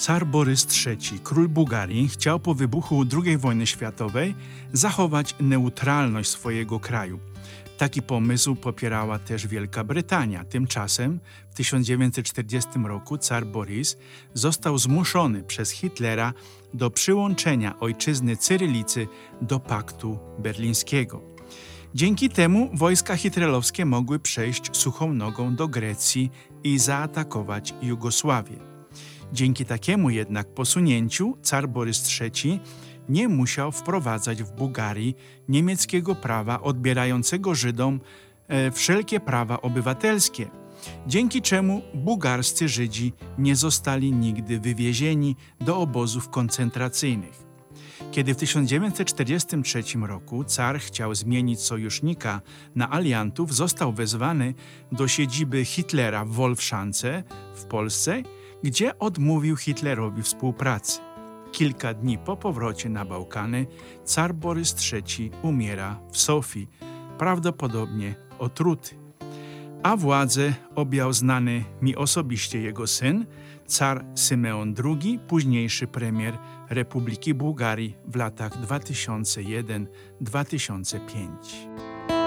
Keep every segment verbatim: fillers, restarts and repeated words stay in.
Car Borys trzeci, król Bułgarii, chciał po wybuchu drugiej wojny światowej zachować neutralność swojego kraju. Taki pomysł popierała też Wielka Brytania. Tymczasem w tysiąc dziewięćset czterdziestym roku car Borys został zmuszony przez Hitlera do przyłączenia ojczyzny Cyrylicy do Paktu Berlińskiego. Dzięki temu wojska hitlerowskie mogły przejść suchą nogą do Grecji i zaatakować Jugosławię. Dzięki takiemu jednak posunięciu car Borys trzeci nie musiał wprowadzać w Bułgarii niemieckiego prawa odbierającego Żydom e, wszelkie prawa obywatelskie, dzięki czemu bułgarscy Żydzi nie zostali nigdy wywiezieni do obozów koncentracyjnych. Kiedy w tysiąc dziewięćset czterdziestym trzecim roku car chciał zmienić sojusznika na aliantów, został wezwany do siedziby Hitlera w Wolfszance w Polsce, gdzie odmówił Hitlerowi współpracy. Kilka dni po powrocie na Bałkany car Borys trzeci umiera w Sofii, prawdopodobnie otruty. A władzę objął znany mi osobiście jego syn, car Symeon drugi, późniejszy premier Republiki Bułgarii w latach dwa tysiące pierwszy do dwa tysiące piątego.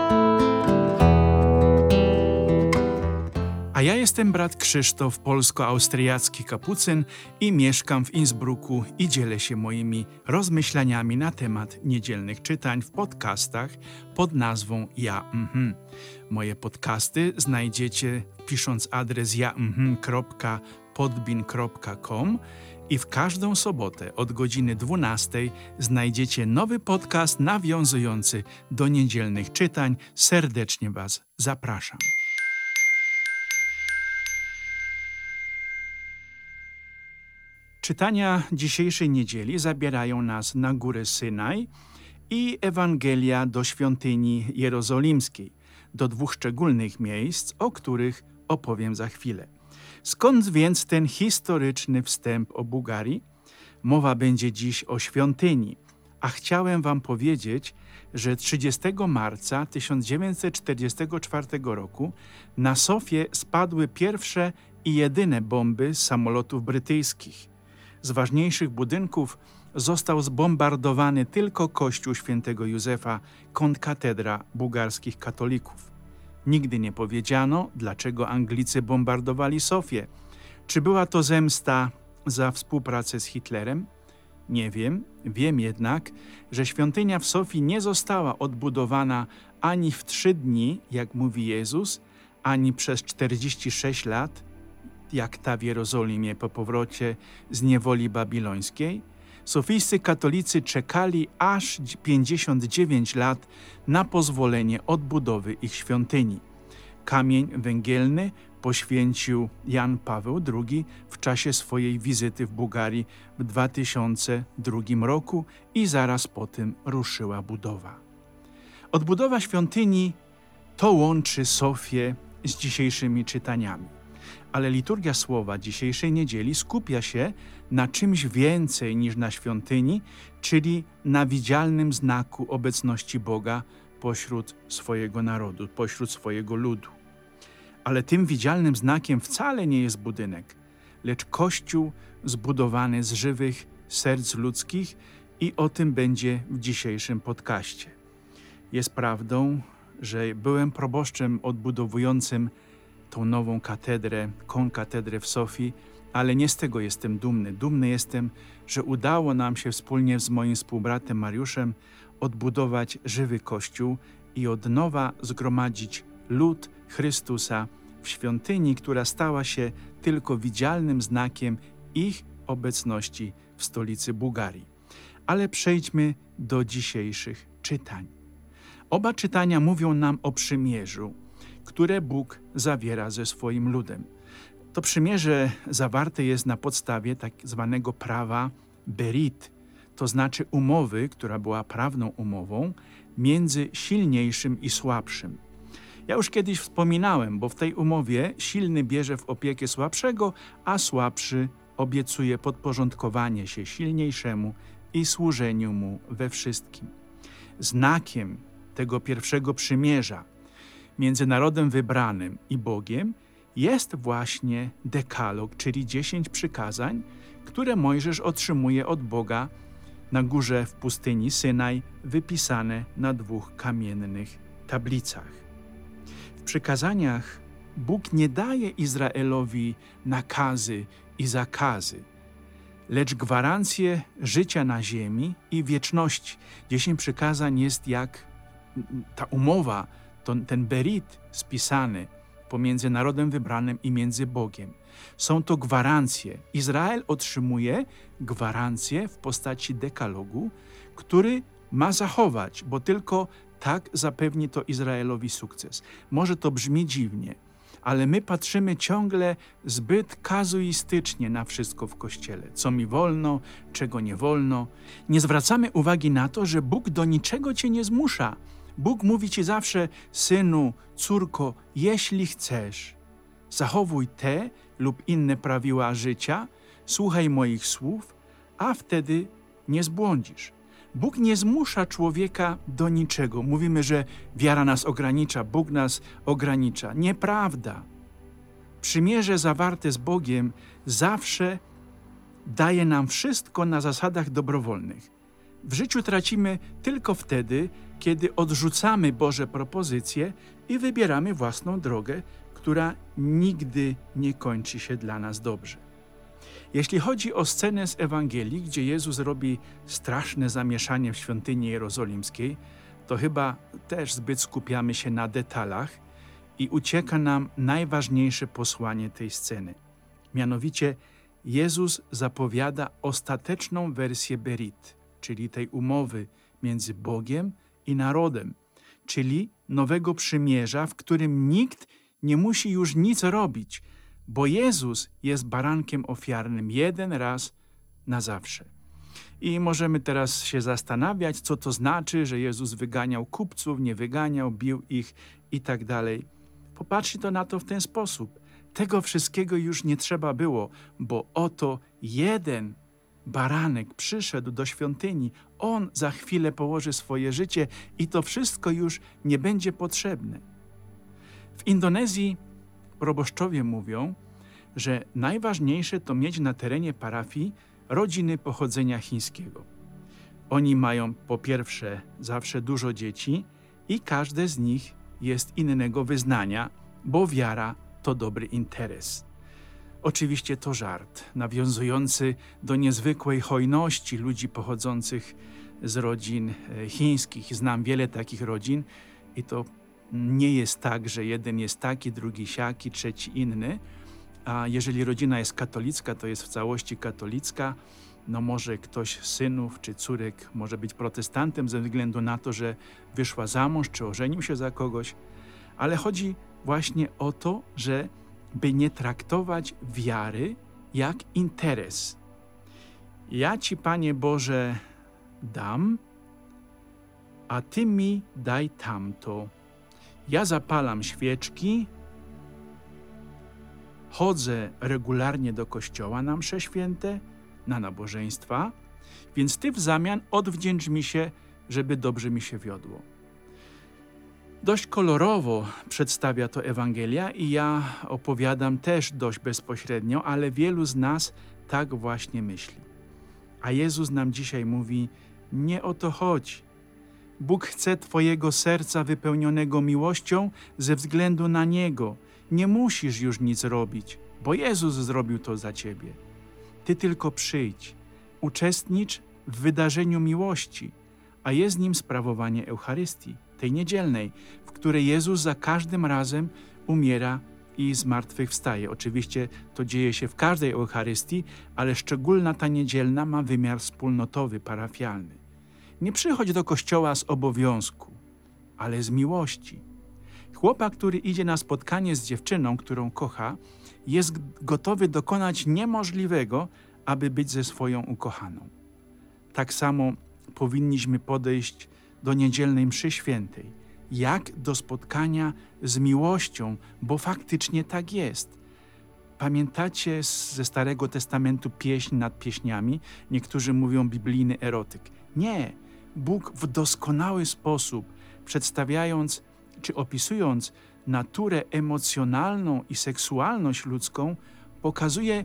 A ja jestem brat Krzysztof, polsko-austriacki kapucyn i mieszkam w Innsbrucku i dzielę się moimi rozmyślaniami na temat niedzielnych czytań w podcastach pod nazwą Ja Mhm. Moje podcasty znajdziecie pisząc adres ja mhm kropka podbean kropka com i w każdą sobotę od godziny dwunastej znajdziecie nowy podcast nawiązujący do niedzielnych czytań. Serdecznie Was zapraszam. Czytania dzisiejszej niedzieli zabierają nas na górę Synaj i Ewangelia do świątyni jerozolimskiej, do dwóch szczególnych miejsc, o których opowiem za chwilę. Skąd więc ten historyczny wstęp o Bułgarii? Mowa będzie dziś o świątyni, a chciałem wam powiedzieć, że trzydziestego marca tysiąc dziewięćset czterdziestego czwartego roku na Sofię spadły pierwsze i jedyne bomby z samolotów brytyjskich. Z ważniejszych budynków został zbombardowany tylko kościół świętego Józefa, kontkatedra bułgarskich katolików. Nigdy nie powiedziano, dlaczego Anglicy bombardowali Sofię. Czy była to zemsta za współpracę z Hitlerem? Nie wiem. Wiem jednak, że świątynia w Sofii nie została odbudowana ani w trzy dni, jak mówi Jezus, ani przez czterdzieści sześć lat, jak ta w Jerozolimie po powrocie z niewoli babilońskiej. Sofijscy katolicy czekali aż pięćdziesiąt dziewięć lat na pozwolenie odbudowy ich świątyni. Kamień węgielny poświęcił Jan Paweł drugi w czasie swojej wizyty w Bułgarii w dwa tysiące drugim roku i zaraz po tym ruszyła budowa. Odbudowa świątyni to łączy Sofię z dzisiejszymi czytaniami. Ale liturgia słowa dzisiejszej niedzieli skupia się na czymś więcej niż na świątyni, czyli na widzialnym znaku obecności Boga pośród swojego narodu, pośród swojego ludu. Ale tym widzialnym znakiem wcale nie jest budynek, lecz Kościół zbudowany z żywych serc ludzkich i o tym będzie w dzisiejszym podcaście. Jest prawdą, że byłem proboszczem odbudowującym tą nową katedrę, konkatedrę w Sofii, ale nie z tego jestem dumny. Dumny jestem, że udało nam się wspólnie z moim współbratem Mariuszem odbudować żywy Kościół i od nowa zgromadzić lud Chrystusa w świątyni, która stała się tylko widzialnym znakiem ich obecności w stolicy Bułgarii. Ale przejdźmy do dzisiejszych czytań. Oba czytania mówią nam o przymierzu, które Bóg zawiera ze swoim ludem. To przymierze zawarte jest na podstawie tak zwanego prawa berit, to znaczy umowy, która była prawną umową między silniejszym i słabszym. Ja już kiedyś wspominałem, bo w tej umowie silny bierze w opiekę słabszego, a słabszy obiecuje podporządkowanie się silniejszemu i służeniu mu we wszystkim. Znakiem tego pierwszego przymierza między narodem wybranym i Bogiem jest właśnie dekalog, czyli dziesięć przykazań, które Mojżesz otrzymuje od Boga na górze w pustyni Synaj, wypisane na dwóch kamiennych tablicach. W przykazaniach Bóg nie daje Izraelowi nakazy i zakazy, lecz gwarancję życia na ziemi i wieczności. Dziesięć przykazań jest jak ta umowa, to, ten berit spisany pomiędzy narodem wybranym i między Bogiem. Są to gwarancje. Izrael otrzymuje gwarancję w postaci dekalogu, który ma zachować, bo tylko tak zapewni to Izraelowi sukces. Może to brzmi dziwnie, ale my patrzymy ciągle zbyt kazuistycznie na wszystko w Kościele. Co mi wolno, czego nie wolno. Nie zwracamy uwagi na to, że Bóg do niczego cię nie zmusza. Bóg mówi ci zawsze: synu, córko, jeśli chcesz, zachowuj te lub inne prawiła życia, słuchaj moich słów, a wtedy nie zbłądzisz. Bóg nie zmusza człowieka do niczego. Mówimy, że wiara nas ogranicza, Bóg nas ogranicza. Nieprawda. Przymierze zawarte z Bogiem zawsze daje nam wszystko na zasadach dobrowolnych. W życiu tracimy tylko wtedy, kiedy odrzucamy Boże propozycje i wybieramy własną drogę, która nigdy nie kończy się dla nas dobrze. Jeśli chodzi o scenę z Ewangelii, gdzie Jezus robi straszne zamieszanie w świątyni jerozolimskiej, to chyba też zbyt skupiamy się na detalach i ucieka nam najważniejsze posłanie tej sceny. Mianowicie Jezus zapowiada ostateczną wersję berit, czyli tej umowy między Bogiem i narodem, czyli nowego przymierza, w którym nikt nie musi już nic robić, bo Jezus jest barankiem ofiarnym jeden raz na zawsze. I możemy teraz się zastanawiać, co to znaczy, że Jezus wyganiał kupców, nie wyganiał, bił ich i tak dalej. Popatrzcie to na to w ten sposób. Tego wszystkiego już nie trzeba było, bo oto jeden baranek przyszedł do świątyni. On za chwilę położy swoje życie i to wszystko już nie będzie potrzebne. W Indonezji proboszczowie mówią, że najważniejsze to mieć na terenie parafii rodziny pochodzenia chińskiego. Oni mają po pierwsze zawsze dużo dzieci i każde z nich jest innego wyznania, bo wiara to dobry interes. Oczywiście to żart, nawiązujący do niezwykłej hojności ludzi pochodzących z rodzin chińskich. Znam wiele takich rodzin i to nie jest tak, że jeden jest taki, drugi siaki, trzeci inny, a jeżeli rodzina jest katolicka, to jest w całości katolicka. No może ktoś z synów czy córek może być protestantem ze względu na to, że wyszła za mąż czy ożenił się za kogoś, ale chodzi właśnie o to, że by nie traktować wiary jak interes. Ja Ci, Panie Boże, dam, a Ty mi daj tamto. Ja zapalam świeczki, chodzę regularnie do kościoła na msze święte, na nabożeństwa, więc Ty w zamian odwdzięcz mi się, żeby dobrze mi się wiodło. Dość kolorowo przedstawia to Ewangelia i ja opowiadam też dość bezpośrednio, ale wielu z nas tak właśnie myśli. A Jezus nam dzisiaj mówi: nie o to chodzi. Bóg chce Twojego serca wypełnionego miłością ze względu na Niego. Nie musisz już nic robić, bo Jezus zrobił to za Ciebie. Ty tylko przyjdź, uczestnicz w wydarzeniu miłości, a jest nim sprawowanie Eucharystii, tej niedzielnej, w której Jezus za każdym razem umiera i zmartwychwstaje. Oczywiście to dzieje się w każdej Eucharystii, ale szczególna ta niedzielna ma wymiar wspólnotowy, parafialny. Nie przychodź do kościoła z obowiązku, ale z miłości. Chłopak, który idzie na spotkanie z dziewczyną, którą kocha, jest gotowy dokonać niemożliwego, aby być ze swoją ukochaną. Tak samo powinniśmy podejść do niedzielnej mszy świętej, jak do spotkania z miłością, bo faktycznie tak jest. Pamiętacie ze Starego Testamentu pieśń nad pieśniami? Niektórzy mówią biblijny erotyk. Nie, Bóg w doskonały sposób, przedstawiając czy opisując naturę emocjonalną i seksualność ludzką, pokazuje,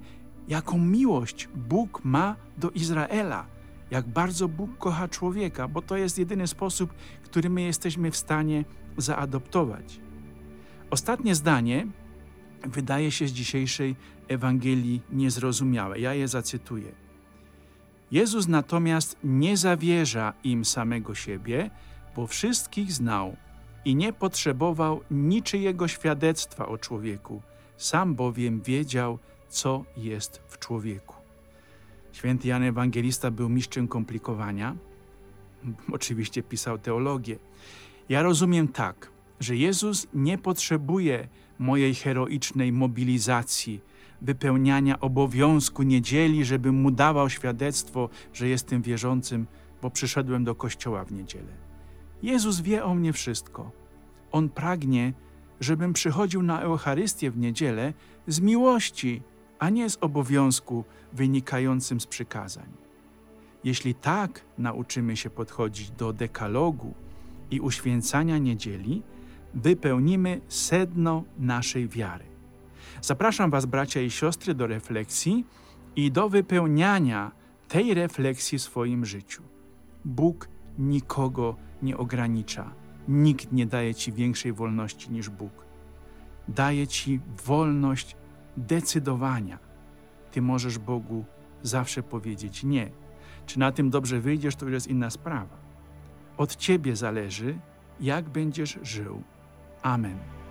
jaką miłość Bóg ma do Izraela, jak bardzo Bóg kocha człowieka, bo to jest jedyny sposób, który my jesteśmy w stanie zaadoptować. Ostatnie zdanie wydaje się z dzisiejszej Ewangelii niezrozumiałe. Ja je zacytuję. Jezus natomiast nie zawierza im samego siebie, bo wszystkich znał i nie potrzebował niczyjego świadectwa o człowieku, sam bowiem wiedział, co jest w człowieku. Święty Jan Ewangelista był mistrzem komplikowania. Oczywiście pisał teologię. Ja rozumiem tak, że Jezus nie potrzebuje mojej heroicznej mobilizacji, wypełniania obowiązku niedzieli, żebym mu dawał świadectwo, że jestem wierzącym, bo przyszedłem do kościoła w niedzielę. Jezus wie o mnie wszystko. On pragnie, żebym przychodził na Eucharystię w niedzielę z miłości, a nie z obowiązku wynikającym z przykazań. Jeśli tak nauczymy się podchodzić do dekalogu i uświęcania niedzieli, wypełnimy sedno naszej wiary. Zapraszam was, bracia i siostry, do refleksji i do wypełniania tej refleksji w swoim życiu. Bóg nikogo nie ogranicza. Nikt nie daje ci większej wolności niż Bóg. Daje ci wolność decydowania. Ty możesz Bogu zawsze powiedzieć nie. Czy na tym dobrze wyjdziesz, to już jest inna sprawa. Od ciebie zależy, jak będziesz żył. Amen.